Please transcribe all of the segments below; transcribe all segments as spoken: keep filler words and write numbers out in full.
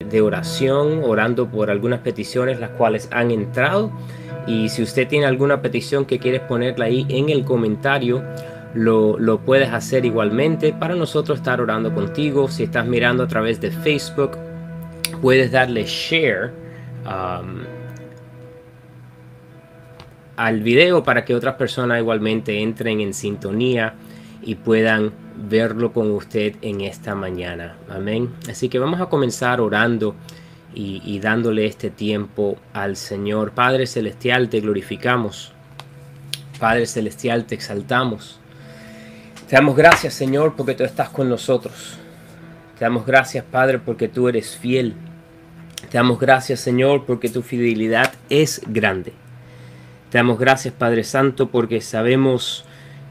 de oración, orando por algunas peticiones las cuales han entrado. Y si usted tiene alguna petición que quieres ponerla ahí en el comentario, lo, lo puedes hacer igualmente para nosotros estar orando contigo. Si estás mirando a través de Facebook, puedes darle share um, al video para que otras personas igualmente entren en sintonía y puedan verlo con usted en esta mañana. Amén. Así que vamos a comenzar orando y, y dándole este tiempo al Señor. Padre Celestial, te glorificamos. Padre Celestial, te exaltamos. Te damos gracias, Señor, porque tú estás con nosotros. Te damos gracias, Padre, porque tú eres fiel. Te damos gracias, Señor, porque tu fidelidad es grande. Te damos gracias, Padre Santo, porque sabemos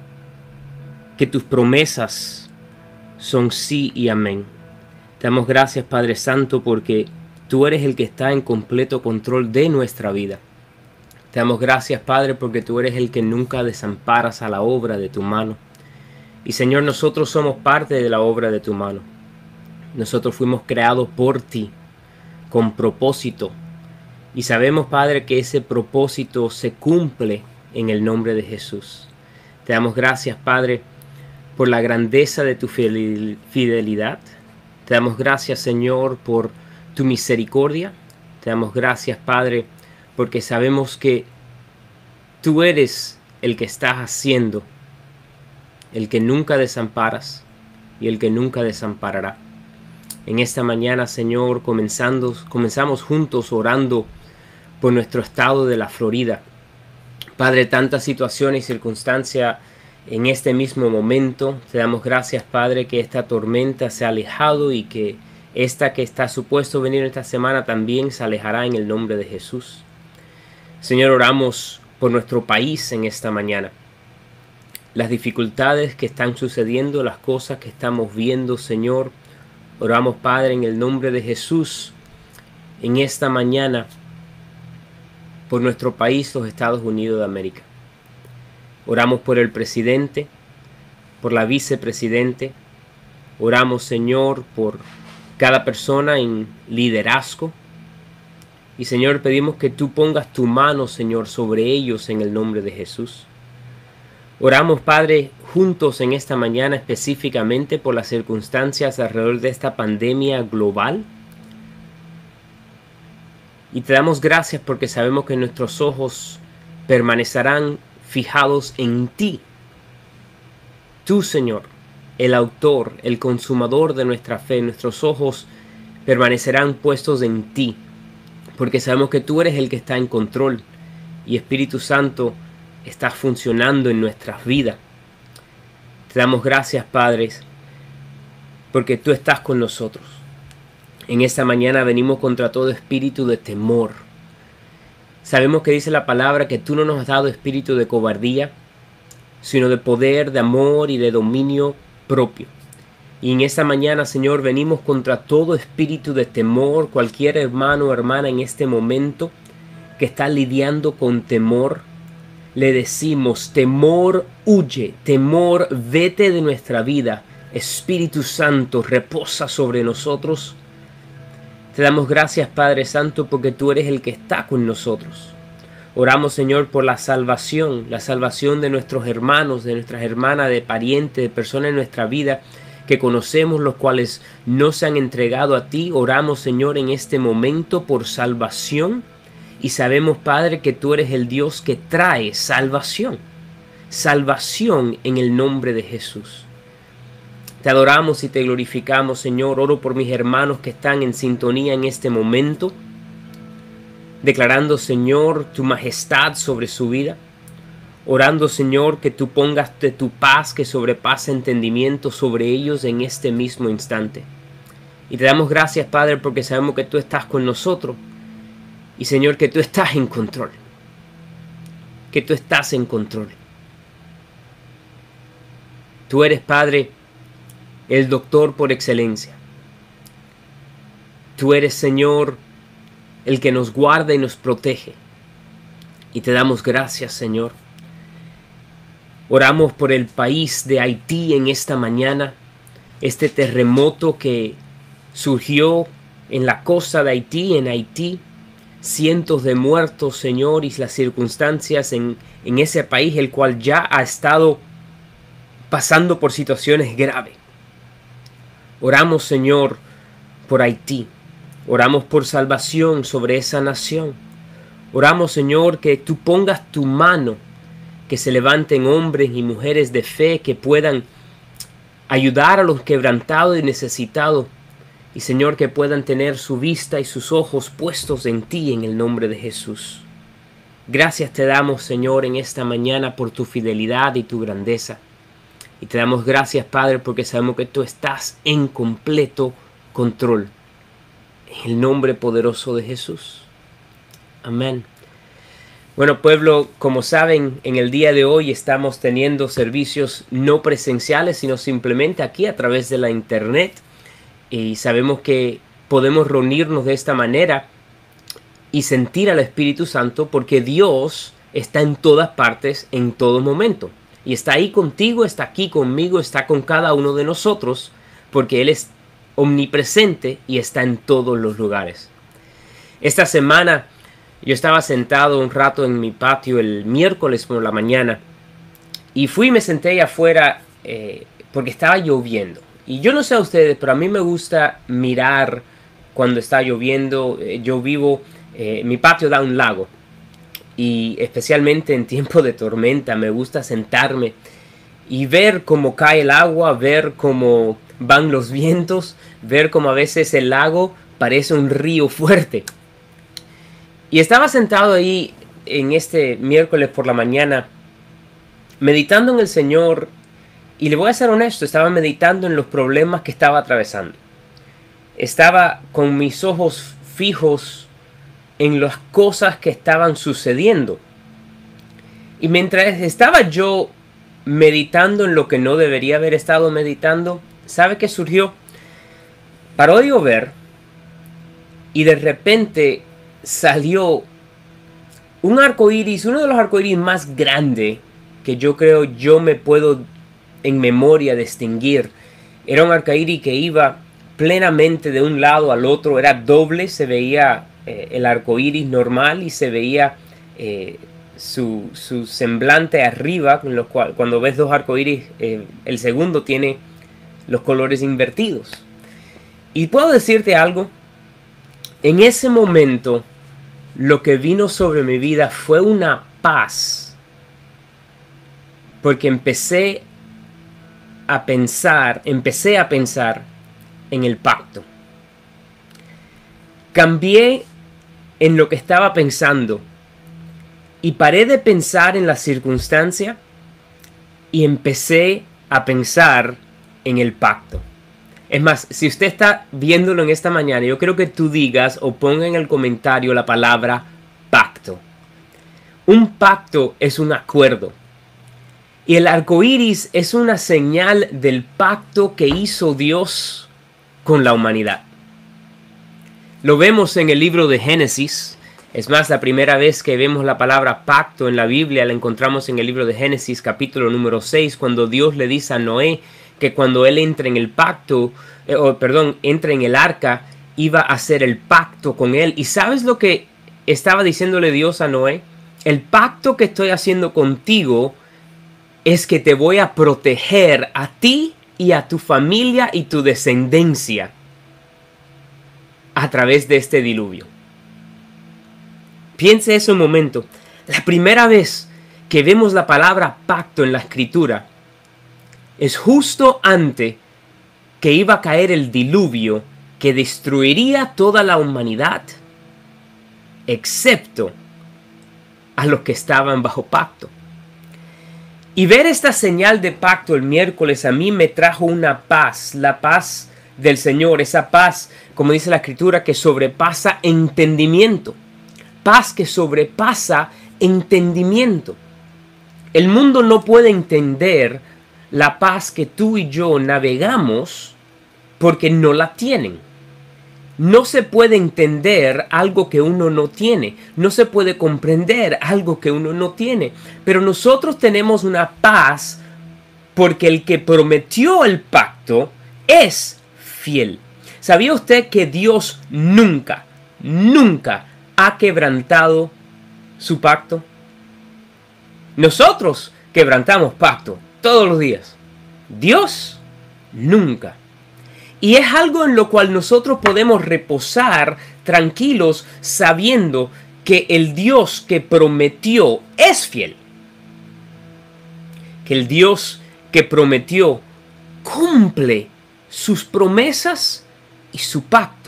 que tus promesas son sí y amén. Te damos gracias, Padre Santo, porque tú eres el que está en completo control de nuestra vida. Te damos gracias, Padre, porque tú eres el que nunca desamparas a la obra de tu mano. Y, Señor, nosotros somos parte de la obra de tu mano. Nosotros fuimos creados por ti, con propósito. Y sabemos, Padre, que ese propósito se cumple en el nombre de Jesús. Te damos gracias, Padre, por la grandeza de tu fidelidad. Te damos gracias, Señor, por tu misericordia. Te damos gracias, Padre, porque sabemos que tú eres el que estás haciendo, el que nunca desamparas y el que nunca desamparará. En esta mañana, Señor, comenzando, comenzamos juntos orando por nuestro estado de la Florida. Padre, tantas situaciones y circunstancias en este mismo momento. Te damos gracias, Padre, que esta tormenta se ha alejado y que esta que está supuesto venir esta semana también se alejará en el nombre de Jesús. Señor, oramos por nuestro país en esta mañana. Las dificultades que están sucediendo, las cosas que estamos viendo, Señor. Oramos, Padre, en el nombre de Jesús, en esta mañana, por nuestro país, los Estados Unidos de América. Oramos por el presidente, por la vicepresidente. Oramos, Señor, por cada persona en liderazgo. Y, Señor, pedimos que tú pongas tu mano, Señor, sobre ellos en el nombre de Jesús. Oramos, Padre, juntos en esta mañana específicamente por las circunstancias alrededor de esta pandemia global. Y te damos gracias porque sabemos que nuestros ojos permanecerán fijados en ti. Tú, Señor, el autor, el consumador de nuestra fe, nuestros ojos permanecerán puestos en ti, porque sabemos que tú eres el que está en control y Espíritu Santo está funcionando en nuestras vidas. Te damos gracias, Padre, porque tú estás con nosotros. En esta mañana venimos contra todo espíritu de temor. Sabemos que dice la palabra que tú no nos has dado espíritu de cobardía, sino de poder, de amor y de dominio propio. Y en esta mañana, Señor, venimos contra todo espíritu de temor. Cualquier hermano o hermana en este momento que está lidiando con temor, le decimos: temor, huye, temor, vete de nuestra vida. Espíritu Santo, reposa sobre nosotros. Te damos gracias, Padre Santo, porque tú eres el que está con nosotros. Oramos, Señor, por la salvación, la salvación de nuestros hermanos, de nuestras hermanas, de parientes, de personas en nuestra vida que conocemos, los cuales no se han entregado a ti. Oramos, Señor, en este momento por salvación. Y sabemos, Padre, que tú eres el Dios que trae salvación. Salvación en el nombre de Jesús. Te adoramos y te glorificamos, Señor. Oro por mis hermanos que están en sintonía en este momento, declarando, Señor, tu majestad sobre su vida. Orando, Señor, que tú pongas de tu paz que sobrepasa entendimiento sobre ellos en este mismo instante. Y te damos gracias, Padre, porque sabemos que tú estás con nosotros. Y, Señor, que tú estás en control. Que tú estás en control. Tú eres, Padre, el doctor por excelencia. Tú eres, Señor, el que nos guarda y nos protege. Y te damos gracias, Señor. Oramos por el país de Haití en esta mañana. Este terremoto que surgió en la costa de Haití, en Haití, cientos de muertos, Señor, y las circunstancias en, en ese país, el cual ya ha estado pasando por situaciones graves. Oramos, Señor, por Haití. Oramos por salvación sobre esa nación. Oramos, Señor, que tú pongas tu mano, que se levanten hombres y mujeres de fe que puedan ayudar a los quebrantados y necesitados. Y, Señor, que puedan tener su vista y sus ojos puestos en ti en el nombre de Jesús. Gracias te damos, Señor, en esta mañana por tu fidelidad y tu grandeza. Y te damos gracias, Padre, porque sabemos que tú estás en completo control. En el nombre poderoso de Jesús. Amén. Bueno, pueblo, como saben, en el día de hoy estamos teniendo servicios no presenciales, sino simplemente aquí a través de la internet. Y sabemos que podemos reunirnos de esta manera y sentir al Espíritu Santo porque Dios está en todas partes, en todo momento. Y está ahí contigo, está aquí conmigo, está con cada uno de nosotros porque Él es omnipresente y está en todos los lugares. Esta semana yo estaba sentado un rato en mi patio el miércoles por la mañana y fui y me senté allá afuera eh, porque estaba lloviendo. Y yo no sé a ustedes, pero a mí me gusta mirar cuando está lloviendo. Eh, yo vivo, eh, mi patio da un lago y especialmente en tiempo de tormenta me gusta sentarme y ver cómo cae el agua, ver cómo van los vientos, ver cómo a veces el lago parece un río fuerte. Y estaba sentado ahí en este miércoles por la mañana, meditando en el Señor, y le voy a ser honesto, estaba meditando en los problemas que estaba atravesando. Estaba con mis ojos fijos en las cosas que estaban sucediendo. Y mientras estaba yo meditando en lo que no debería haber estado meditando, ¿sabe qué surgió? Paró de llover y de repente salió un arco iris, uno de los arcoíris más grandes que yo creo yo me puedo en memoria distinguir. Era un arcoíris que iba plenamente de un lado al otro, era doble, se veía eh, el arcoíris normal y se veía eh, su, su semblante arriba, con lo cual, cuando ves dos arcoíris, eh, el segundo tiene los colores invertidos. Y puedo decirte algo, en ese momento lo que vino sobre mi vida fue una paz, porque empecé a pensar, empecé a pensar en el pacto. Cambié en lo que estaba pensando y paré de pensar en la circunstancia y empecé a pensar en el pacto. Es más, si usted está viéndolo en esta mañana, yo quiero que tú digas o ponga en el comentario la palabra pacto. Un pacto es un acuerdo. Y el arco iris es una señal del pacto que hizo Dios con la humanidad. Lo vemos en el libro de Génesis. Es más, la primera vez que vemos la palabra pacto en la Biblia la encontramos en el libro de Génesis, capítulo número seis, cuando Dios le dice a Noé que cuando él entre en el pacto, eh, oh, perdón, entre en el arca, iba a hacer el pacto con él. ¿Y sabes lo que estaba diciéndole Dios a Noé? El pacto que estoy haciendo contigo es que te voy a proteger a ti y a tu familia y tu descendencia a través de este diluvio. Piense eso un momento. La primera vez que vemos la palabra pacto en la escritura es justo antes que iba a caer el diluvio que destruiría toda la humanidad, excepto a los que estaban bajo pacto. Y ver esta señal de pacto el miércoles a mí me trajo una paz, la paz del Señor, esa paz, como dice la escritura, que sobrepasa entendimiento. Paz que sobrepasa entendimiento. El mundo no puede entender la paz que tú y yo navegamos porque no la tienen. No se puede entender algo que uno no tiene. No se puede comprender algo que uno no tiene. Pero nosotros tenemos una paz porque el que prometió el pacto es fiel. ¿Sabía usted que Dios nunca, nunca ha quebrantado su pacto? Nosotros quebrantamos pacto todos los días. Dios nunca. Y es algo en lo cual nosotros podemos reposar tranquilos sabiendo que el Dios que prometió es fiel. Que el Dios que prometió cumple sus promesas y su pacto.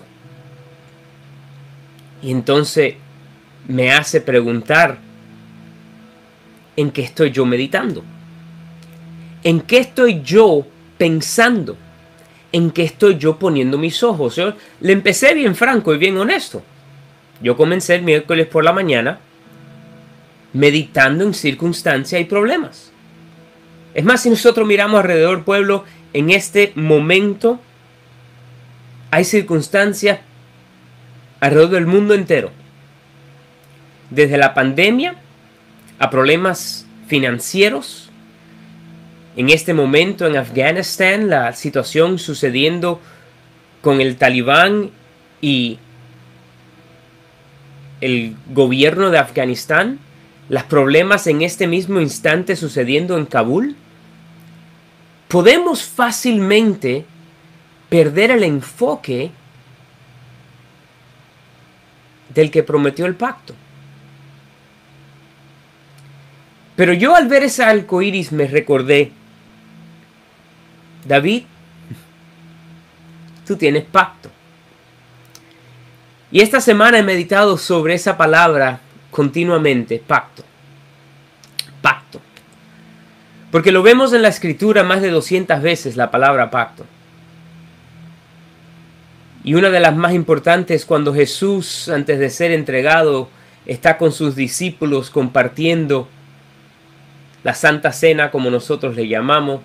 Y entonces me hace preguntar, ¿en qué estoy yo meditando? ¿En qué estoy yo pensando? ¿En qué estoy yo poniendo mis ojos? Yo le empecé bien franco y bien honesto. Yo comencé el miércoles por la mañana meditando en circunstancias y problemas. Es más, si nosotros miramos alrededor, pueblo, en este momento hay circunstancias alrededor del mundo entero. Desde la pandemia a problemas financieros. En este momento en Afganistán, la situación sucediendo con el Talibán y el gobierno de Afganistán. Los problemas en este mismo instante sucediendo en Kabul. Podemos fácilmente perder el enfoque del que prometió el pacto. Pero yo al ver ese arco iris me recordé, David, tú tienes pacto. Y esta semana he meditado sobre esa palabra continuamente, pacto. Pacto. Porque lo vemos en la Escritura más de doscientas veces, la palabra pacto. Y una de las más importantes, cuando Jesús, antes de ser entregado, está con sus discípulos compartiendo la Santa Cena, como nosotros le llamamos.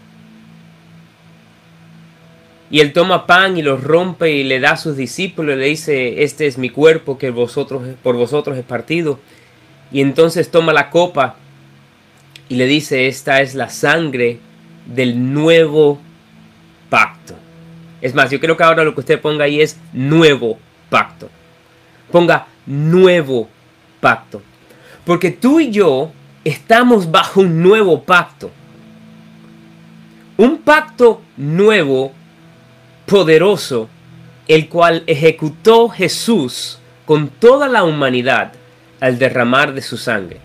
Y él toma pan y lo rompe y le da a sus discípulos y le dice, este es mi cuerpo que vosotros, por vosotros es partido. Y entonces toma la copa y le dice, esta es la sangre del nuevo pacto. Es más, yo creo que ahora lo que usted ponga ahí es nuevo pacto. Ponga nuevo pacto. Porque tú y yo estamos bajo un nuevo pacto. Un pacto nuevo, poderoso, el cual ejecutó Jesús con toda la humanidad al derramar de su sangre.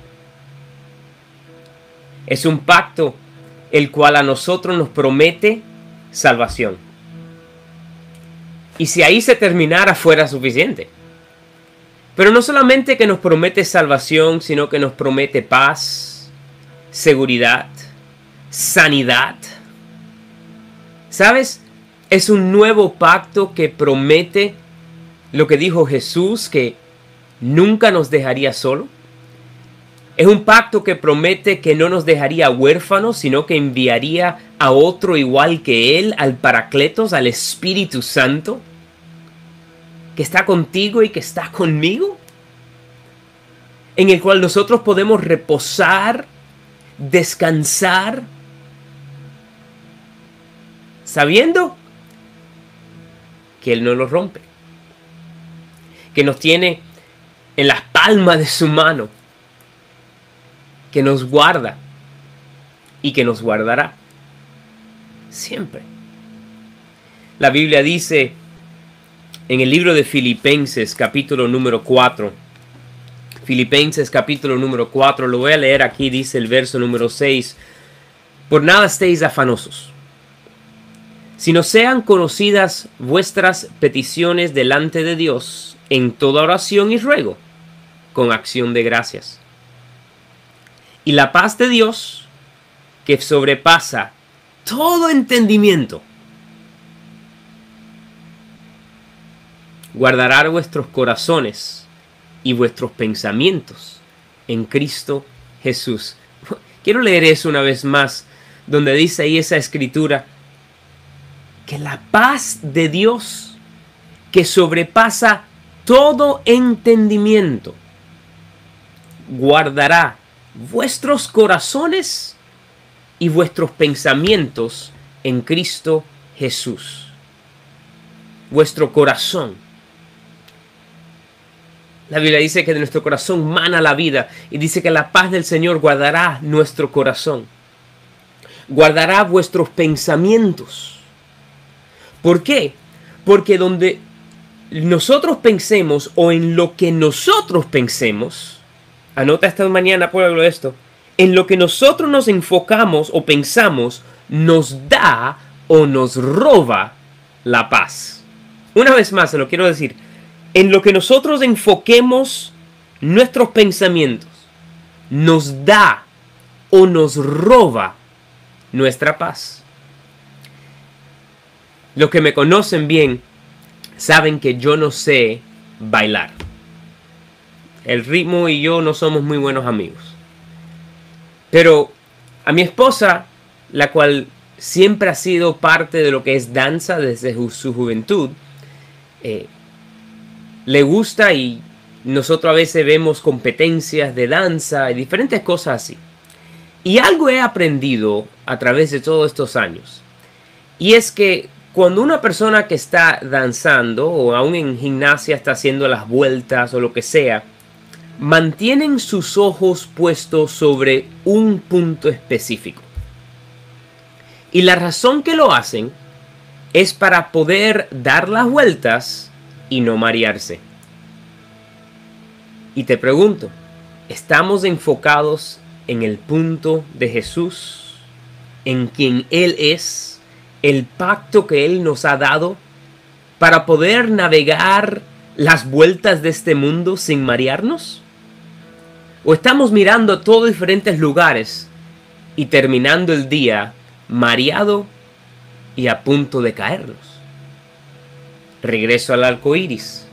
Es un pacto el cual a nosotros nos promete salvación. Y si ahí se terminara fuera suficiente. Pero no solamente que nos promete salvación, sino que nos promete paz, seguridad, sanidad. ¿Sabes? Es un nuevo pacto que promete lo que dijo Jesús, que nunca nos dejaría solo. Es un pacto que promete que no nos dejaría huérfanos, sino que enviaría a otro igual que Él, al Paracletos, al Espíritu Santo, que está contigo y que está conmigo, en el cual nosotros podemos reposar, descansar, sabiendo que Él no lo rompe, que nos tiene en las palmas de su mano, que nos guarda y que nos guardará siempre. La Biblia dice en el libro de Filipenses capítulo número cuatro, Filipenses capítulo número cuatro, lo voy a leer aquí, dice el verso número seis, por nada estéis afanosos, sino sean conocidas vuestras peticiones delante de Dios en toda oración y ruego, con acción de gracias. Y la paz de Dios, que sobrepasa todo entendimiento, guardará vuestros corazones y vuestros pensamientos en Cristo Jesús. Quiero leer eso una vez más, donde dice ahí esa escritura, que la paz de Dios, que sobrepasa todo entendimiento, guardará vuestros corazones y vuestros pensamientos en Cristo Jesús. vuestro corazón. La Biblia dice que de nuestro corazón mana la vida y dice que la paz del Señor guardará nuestro corazón. Guardará vuestros pensamientos. ¿Por qué? Porque donde nosotros pensemos o en lo que nosotros pensemos, anota esta mañana, pueblo, esto, en lo que nosotros nos enfocamos o pensamos, nos da o nos roba la paz. Una vez más, se lo quiero decir, en lo que nosotros enfoquemos nuestros pensamientos, nos da o nos roba nuestra paz. Los que me conocen bien saben que yo no sé bailar. El ritmo y yo no somos muy buenos amigos. Pero a mi esposa, la cual siempre ha sido parte de lo que es danza desde su juventud, eh, le gusta y nosotros a veces vemos competencias de danza y diferentes cosas así. Y algo he aprendido a través de todos estos años. Y es que cuando una persona que está danzando o aún en gimnasia está haciendo las vueltas o lo que sea, mantienen sus ojos puestos sobre un punto específico. Y la razón que lo hacen es para poder dar las vueltas y no marearse. Y te pregunto, ¿estamos enfocados en el punto de Jesús? ¿En quien Él es? ¿El pacto que Él nos ha dado para poder navegar las vueltas de este mundo sin marearnos? ¿O estamos mirando a todos diferentes lugares y terminando el día mareado y a punto de caernos? Regreso al arco iris.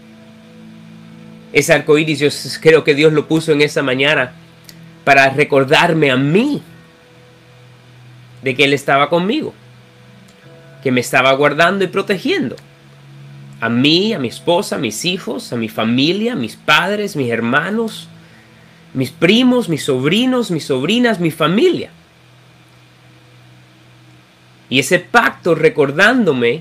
Ese arco iris yo creo que Dios lo puso en esa mañana para recordarme a mí de que Él estaba conmigo, que me estaba guardando y protegiendo. A mí, a mi esposa, a mis hijos, a mi familia, a mis padres, mis hermanos, mis primos, mis sobrinos, mis sobrinas, mi familia. Y ese pacto recordándome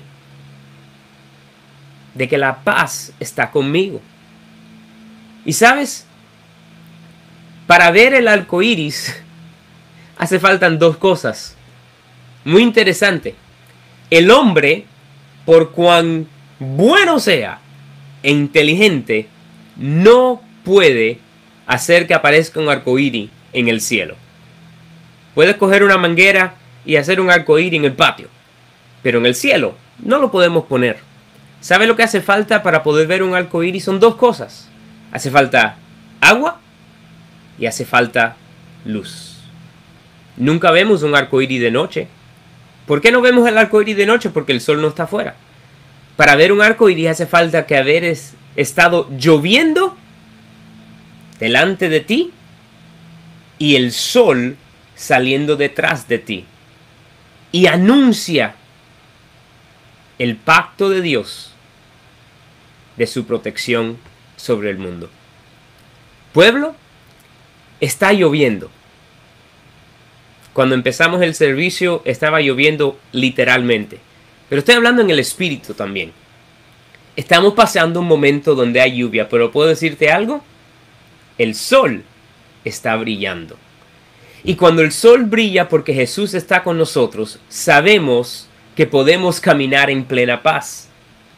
de que la paz está conmigo. Y sabes, para ver el arco iris hace faltan dos cosas. Muy interesante. El hombre, por cuán bueno sea e inteligente, no puede hacer que aparezca un arco iris en el cielo. Puedes coger una manguera y hacer un arco iris en el patio, pero en el cielo no lo podemos poner. ¿Sabe lo que hace falta para poder ver un arco iris? Son dos cosas. Hace falta agua y hace falta luz. Nunca vemos un arco iris de noche. ¿Por qué no vemos el arco iris de noche? Porque el sol no está afuera. Para ver un arco iris hace falta que haber es, estado lloviendo delante de ti y el sol saliendo detrás de ti. Y anuncia el pacto de Dios de su protección sobre el mundo. Pueblo, está lloviendo. Cuando empezamos el servicio estaba lloviendo literalmente. Pero estoy hablando en el espíritu también. Estamos pasando un momento donde hay lluvia, pero ¿puedo decirte algo? El sol está brillando. Y cuando el sol brilla porque Jesús está con nosotros, sabemos que podemos caminar en plena paz.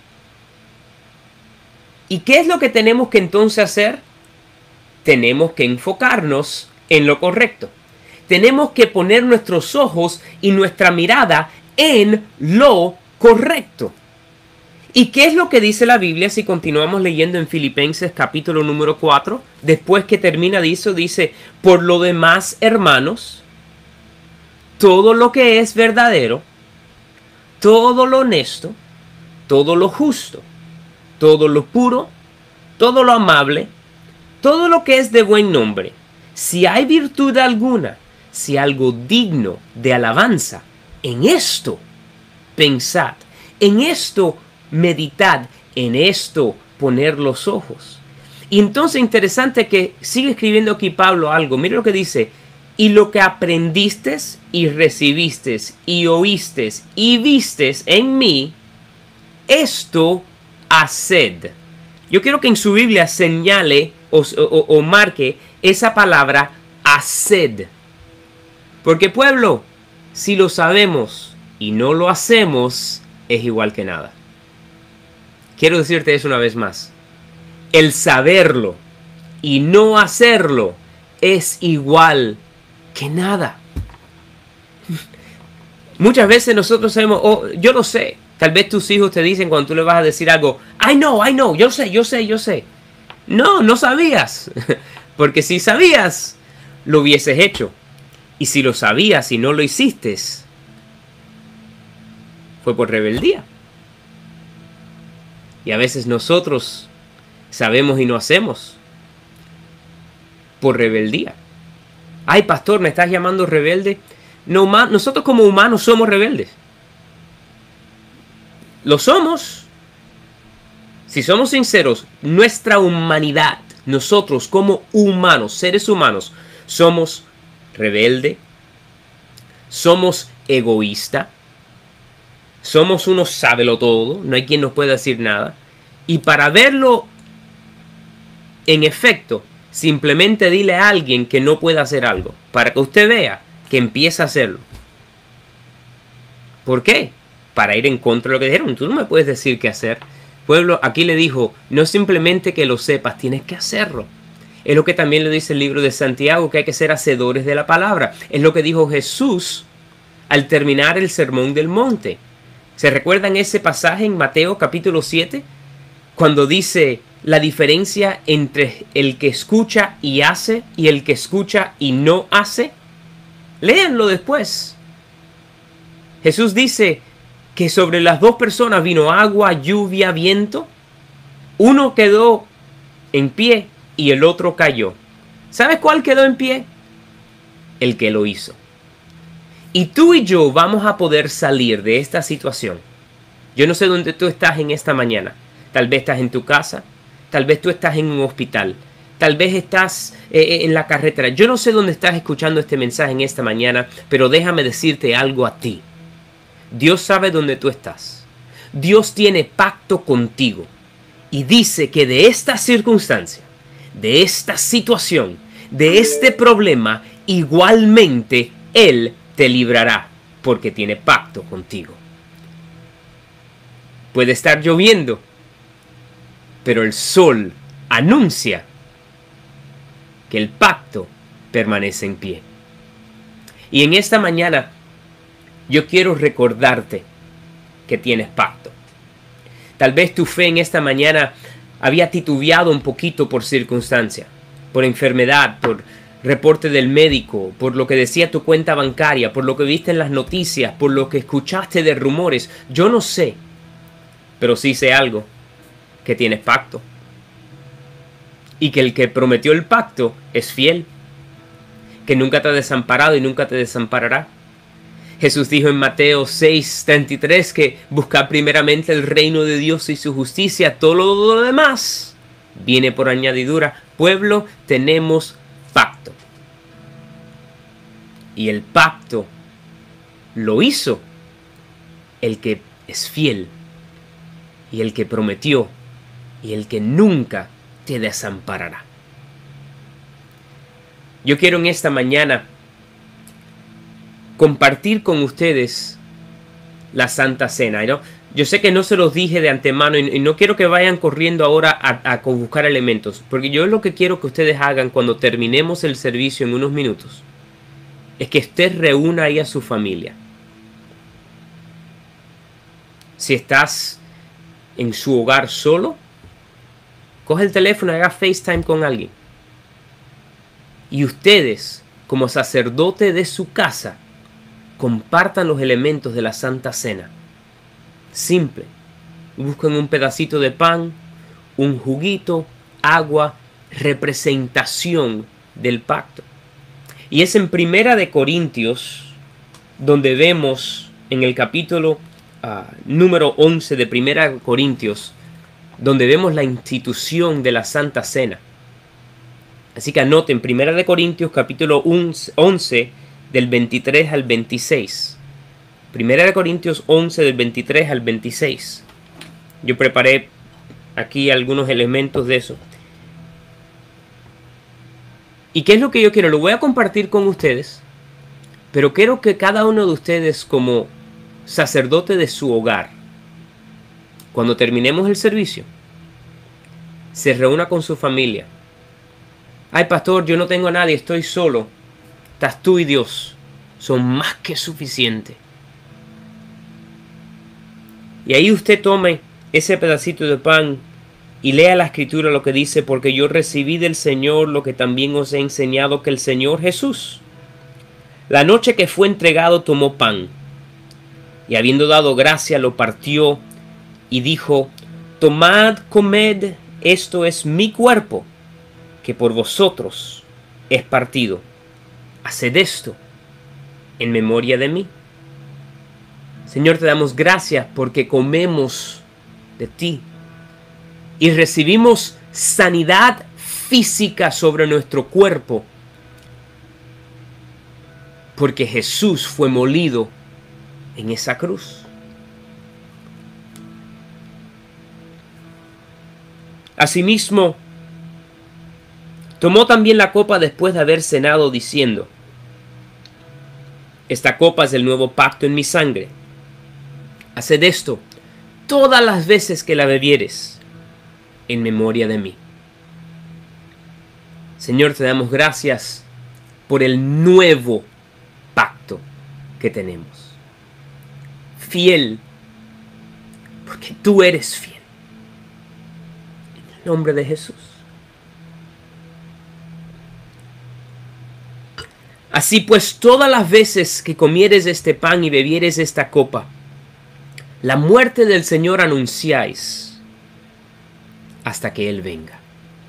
¿Y qué es lo que tenemos que entonces hacer? Tenemos que enfocarnos en lo correcto. Tenemos que poner nuestros ojos y nuestra mirada en lo correcto. ¿Y qué es lo que dice la Biblia si continuamos leyendo en Filipenses capítulo número cuatro? Después que termina de eso dice, por lo demás, hermanos, todo lo que es verdadero, todo lo honesto, todo lo justo, todo lo puro, todo lo amable, todo lo que es de buen nombre, si hay virtud alguna, si algo digno de alabanza, en esto pensad, en esto meditad, en esto poner los ojos. Y entonces interesante que sigue escribiendo aquí Pablo algo. Mira lo que dice, y lo que aprendisteis y recibisteis y oísteis y visteis en mí, esto haced. Yo quiero que en su Biblia señale o, o, o marque esa palabra haced. Porque pueblo, si lo sabemos y no lo hacemos, es igual que nada. Quiero decirte eso una vez más. El saberlo y no hacerlo es igual que nada. Muchas veces nosotros sabemos, oh, yo lo sé. Tal vez tus hijos te dicen cuando tú le vas a decir algo, I know, I know, yo sé, yo sé, yo sé. No, no sabías. Porque si sabías, lo hubieses hecho. Y si lo sabías y no lo hiciste, fue por rebeldía. Y a veces nosotros sabemos y no hacemos por rebeldía. Ay, pastor, ¿me estás llamando rebelde? No, nosotros como humanos somos rebeldes. Lo somos. Si somos sinceros, nuestra humanidad, nosotros como humanos, seres humanos, somos rebelde, somos egoísta, somos unos sábelo-todo, no hay quien nos pueda decir nada. Y para verlo en efecto, simplemente dile a alguien que no puede hacer algo, para que usted vea que empieza a hacerlo. ¿Por qué? Para ir en contra de lo que dijeron. Tú no me puedes decir qué hacer. Pueblo, aquí le dijo, no simplemente que lo sepas, tienes que hacerlo. Es lo que también le dice el libro de Santiago, que hay que ser hacedores de la palabra. Es lo que dijo Jesús al terminar el sermón del monte. ¿Se recuerdan ese pasaje en Mateo capítulo siete? Cuando dice la diferencia entre el que escucha y hace y el que escucha y no hace. Léanlo después. Jesús dice que sobre las dos personas vino agua, lluvia, viento. Uno quedó en pie y el otro cayó. ¿Sabes cuál quedó en pie? El que lo hizo. Y tú y yo vamos a poder salir de esta situación. Yo no sé dónde tú estás en esta mañana. Tal vez estás en tu casa. Tal vez tú estás en un hospital. Tal vez estás eh, en la carretera. Yo no sé dónde estás escuchando este mensaje en esta mañana, pero déjame decirte algo a ti. Dios sabe dónde tú estás. Dios tiene pacto contigo. Y dice que de esta circunstancia, de esta situación, de este problema, igualmente Él te librará, porque tiene pacto contigo. Puede estar lloviendo, pero el sol anuncia que el pacto permanece en pie. Y en esta mañana yo quiero recordarte que tienes pacto. Tal vez tu fe en esta mañana había titubeado un poquito por circunstancia, por enfermedad, por reporte del médico, por lo que decía tu cuenta bancaria, por lo que viste en las noticias, por lo que escuchaste de rumores. Yo no sé, pero sí sé algo, que tienes pacto. Y que el que prometió el pacto es fiel, que nunca te ha desamparado y nunca te desamparará. Jesús dijo en Mateo seis treinta y tres que buscar primeramente el reino de Dios y su justicia, todo lo demás viene por añadidura. Pueblo, tenemos pacto. Y el pacto lo hizo el que es fiel y el que prometió y el que nunca te desamparará. Yo quiero en esta mañana compartir con ustedes la Santa Cena, ¿no? Yo sé que no se los dije de antemano y no quiero que vayan corriendo ahora a, a buscar elementos, porque yo lo que quiero que ustedes hagan cuando terminemos el servicio en unos minutos es que usted reúna ahí a su familia. Si estás en su hogar solo, coge el teléfono y haga FaceTime con alguien. Y ustedes, como sacerdote de su casa, compartan los elementos de la Santa Cena. Simple. Busquen un pedacito de pan, un juguito, agua, representación del pacto. Y es en Primera de Corintios donde vemos en el capítulo uh, número once de Primera de Corintios, donde vemos la institución de la Santa Cena. Así que anoten Primera de Corintios capítulo once del veintitrés al veintiséis. Primera de Corintios once del veintitrés al veintiséis. Yo preparé aquí algunos elementos de eso. ¿Y qué es lo que yo quiero? Lo voy a compartir con ustedes, pero quiero que cada uno de ustedes, como sacerdote de su hogar, cuando terminemos el servicio, se reúna con su familia. Ay, pastor, yo no tengo a nadie, estoy solo. Estás tú y Dios. Son más que suficientes. Y ahí usted tome ese pedacito de pan y lea la escritura lo que dice, porque yo recibí del Señor lo que también os he enseñado, que el Señor Jesús, la noche que fue entregado, tomó pan, y habiendo dado gracia, lo partió y dijo: tomad, comed, esto es mi cuerpo, que por vosotros es partido. Haced esto en memoria de mí. Señor, te damos gracias porque comemos de ti y recibimos sanidad física sobre nuestro cuerpo, porque Jesús fue molido en esa cruz. Asimismo, tomó también la copa después de haber cenado, diciendo: esta copa es el nuevo pacto en mi sangre. Haced esto todas las veces que la bebieres, en memoria de mí. Señor, te damos gracias por el nuevo pacto que tenemos. Fiel, porque tú eres fiel. En el nombre de Jesús. Así pues, todas las veces que comieres este pan y bebieres esta copa, la muerte del Señor anunciáis hasta que Él venga.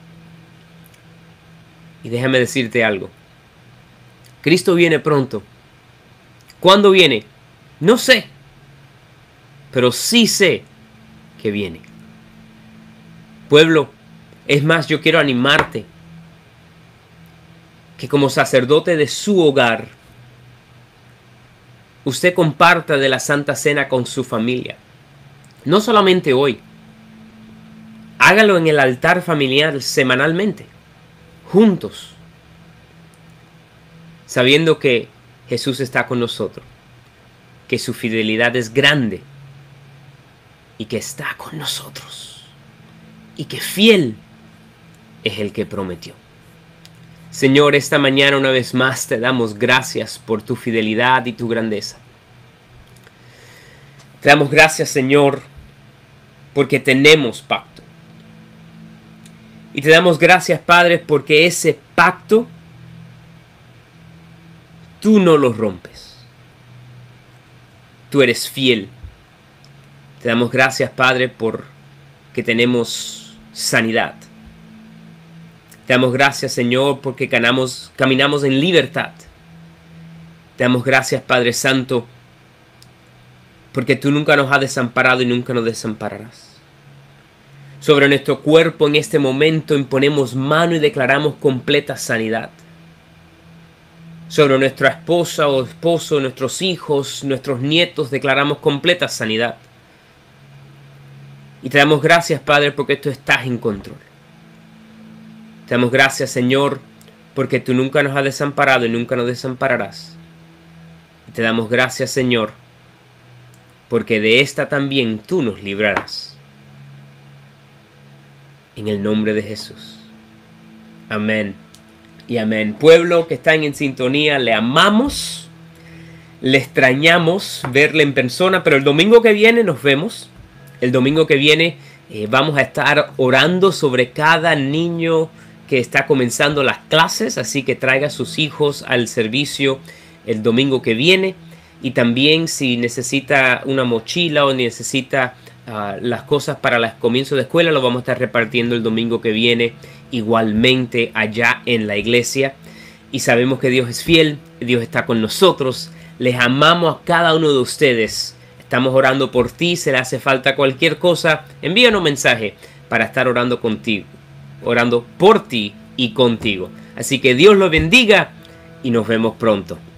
Y déjame decirte algo. Cristo viene pronto. ¿Cuándo viene? No sé. Pero sí sé que viene. Pueblo, es más, yo quiero animarte que como sacerdote de su hogar, usted comparta de la Santa Cena con su familia. No solamente hoy. Hágalo en el altar familiar semanalmente, juntos, sabiendo que Jesús está con nosotros, que su fidelidad es grande y que está con nosotros y que fiel es el que prometió. Señor, esta mañana una vez más te damos gracias por tu fidelidad y tu grandeza. Te damos gracias, Señor, porque tenemos pacto. Y te damos gracias, Padre, porque ese pacto tú no lo rompes. Tú eres fiel. Te damos gracias, Padre, porque tenemos sanidad. Te damos gracias, Señor, porque caminamos, caminamos en libertad. Te damos gracias, Padre Santo, porque tú nunca nos has desamparado y nunca nos desampararás. Sobre nuestro cuerpo en este momento imponemos mano y declaramos completa sanidad. Sobre nuestra esposa o esposo, nuestros hijos, nuestros nietos, declaramos completa sanidad. Y te damos gracias, Padre, porque tú estás en control. Te damos gracias, Señor, porque tú nunca nos has desamparado y nunca nos desampararás. Y te damos gracias, Señor, porque de esta también tú nos librarás. En el nombre de Jesús. Amén y amén. Pueblo que están en sintonía, le amamos, le extrañamos verle en persona, pero el domingo que viene nos vemos. El domingo que viene eh, vamos a estar orando sobre cada niño que está comenzando las clases, así que traiga a sus hijos al servicio el domingo que viene. Y también si necesita una mochila o necesita uh, las cosas para el comienzo de escuela, lo vamos a estar repartiendo el domingo que viene igualmente allá en la iglesia. Y sabemos que Dios es fiel, Dios está con nosotros. Les amamos a cada uno de ustedes. Estamos orando por ti. Si le hace falta cualquier cosa, envíanos un mensaje para estar orando contigo, orando por ti y contigo. Así que Dios los bendiga y nos vemos pronto.